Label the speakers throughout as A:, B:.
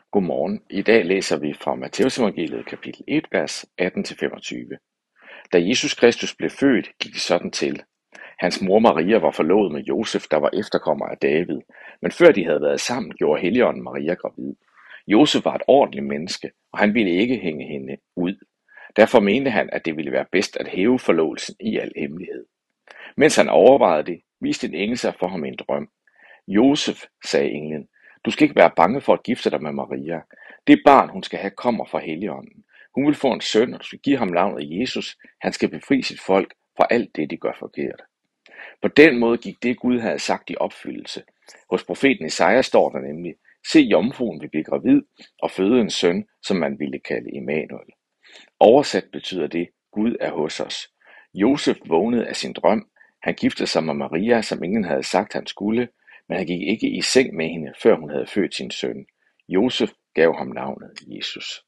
A: Godmorgen. I dag læser vi fra Matthæusevangeliet kapitel 1, vers 18-25. Da Jesus Kristus blev født, gik det sådan til. Hans mor Maria var forlovet med Josef, der var efterkommer af David. Men før de havde været sammen, gjorde Helligånden Maria gravid. Josef var et ordentligt menneske, og han ville ikke hænge hende ud. Derfor mente han, at det ville være bedst at hæve forlovelsen i al hemmelighed. Mens han overvejede det, viste en engel sig for ham i en drøm. Josef, sagde englen, du skal ikke være bange for at gifte dig med Maria. Det barn, hun skal have, kommer fra Helligånden. Hun vil få en søn, og du skal give ham navnet Jesus. Han skal befri sit folk fra alt det, de gør forkert. På den måde gik det, Gud havde sagt i opfyldelse. Hos profeten Esajas står der nemlig, se, jomfruen vil blive gravid og føde en søn, som man ville kalde Immanuel. Oversat betyder det, Gud er hos os. Josef vågnede af sin drøm. Han giftede sig med Maria, som ingen havde sagt, han skulle, men han gik ikke i seng med hende, før hun havde født sin søn. Josef gav ham navnet Jesus.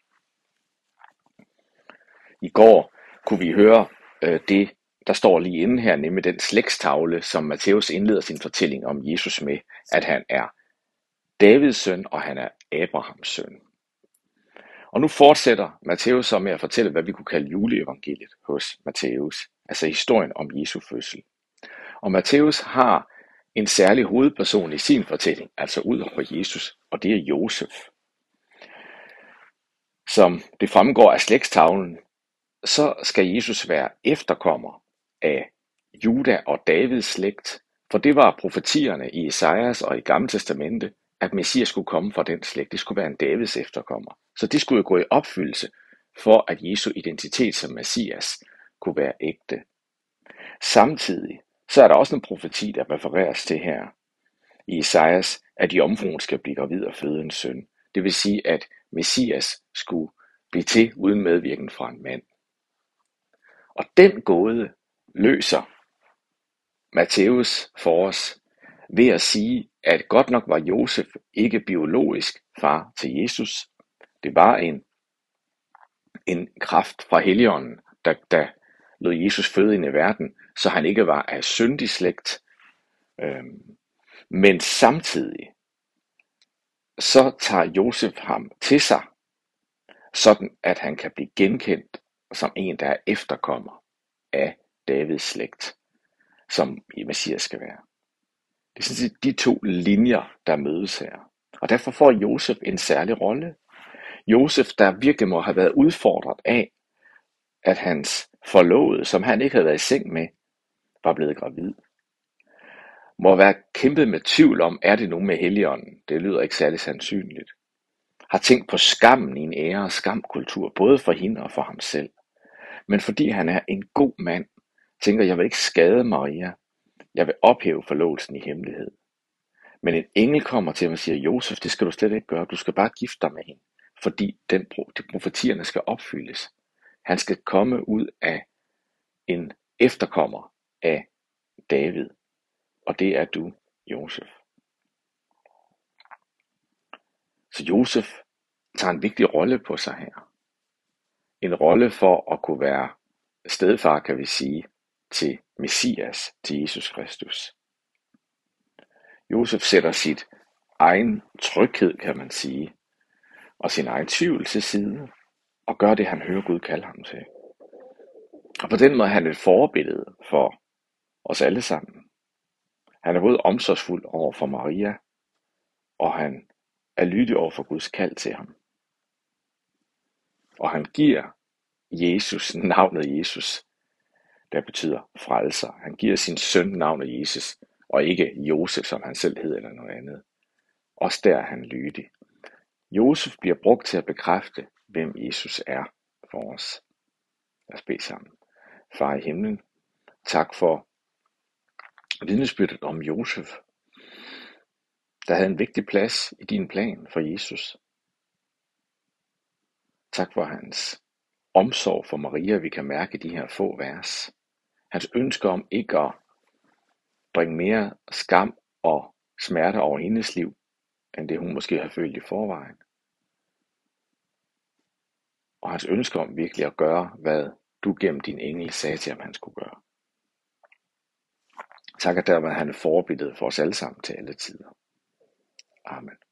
A: I går kunne vi høre det, der står lige inden her, nemlig den slægtstavle, som Matthæus indleder sin fortælling om Jesus med, at han er Davids søn, og han er Abrahams søn. Og nu fortsætter Matthæus så med at fortælle, hvad vi kunne kalde juleevangeliet hos Matthæus, altså historien om Jesu fødsel. Og Matthæus har en særlig hovedperson i sin fortælling, altså ud over Jesus, og det er Josef. Som det fremgår af slægtstavlen, så skal Jesus være efterkommer af Juda og Davids slægt, for det var profetierne i Esajas og i Gamle Testamente, at Messias skulle komme fra den slægt. Det skulle være en Davids efterkommer. Så det skulle jo gå i opfyldelse, for at Jesu identitet som Messias kunne være ægte. Samtidig så er der også en profeti, der refereres til her i Esajas, at jomfruen skal blive gravid og føde en søn. Det vil sige, at Messias skulle blive til uden medvirken fra en mand. Og den gåde løser Matthæus for os ved at sige, at godt nok var Josef ikke biologisk far til Jesus. Det var en kraft fra Helligånden, der lod Jesus føde ind i verden, så han ikke var af syndig slægt. Men samtidig så tager Josef ham til sig, sådan at han kan blive genkendt som en, der er efterkommer af Davids slægt, som Messias skal være. Det er sådan set de to linjer, der mødes her. Og derfor får Josef en særlig rolle. Josef, der virkelig må have været udfordret af, at hans forlovede, som han ikke havde været i seng med, var blevet gravid. Må være kæmpet med tvivl om, er det nu med Helligånden? Det lyder ikke særlig sandsynligt. Har tænkt på skammen i en ære- og skamkultur, både for hende og for ham selv. Men fordi han er en god mand, tænker jeg vil ikke skade Maria. Jeg vil ophæve forlovelsen i hemmelighed. Men en engel kommer til ham og siger, Josef, det skal du slet ikke gøre. Du skal bare gifte dig med hende. Fordi de profetierne skal opfyldes. Han skal komme ud af en efterkommer af David. Og det er du, Josef. Så Josef tager en vigtig rolle på sig her. En rolle for at kunne være stedfar, kan vi sige, til Messias, til Jesus Kristus. Josef sætter sit egen tryghed, kan man sige, og sin egen tvivl til side, og gør det, han hører Gud kalde ham til. Og på den måde er han et forbillede for os alle sammen. Han er både omsorgsfuld over for Maria, og han er lydig over for Guds kald til ham. Og han giver Jesus navnet Jesus, der betyder frelser. Han giver sin søn navnet Jesus, og ikke Josef, som han selv hed, eller noget andet. Også der er han lydig. Josef bliver brugt til at bekræfte, hvem Jesus er for os. Lad os bede sammen. Far i himlen, tak for vidnesbyrdet om Josef, der havde en vigtig plads i din plan for Jesus. Tak for hans omsorg for Maria, vi kan mærke de her få vers. Hans ønske om ikke at bringe mere skam og smerte over hendes liv, end det hun måske har følt i forvejen. Og hans ønske om virkelig at gøre, hvad du gennem din engel sagde til ham, han skulle gøre. Tak, at der var han et forbillede for os alle sammen til alle tider. Amen.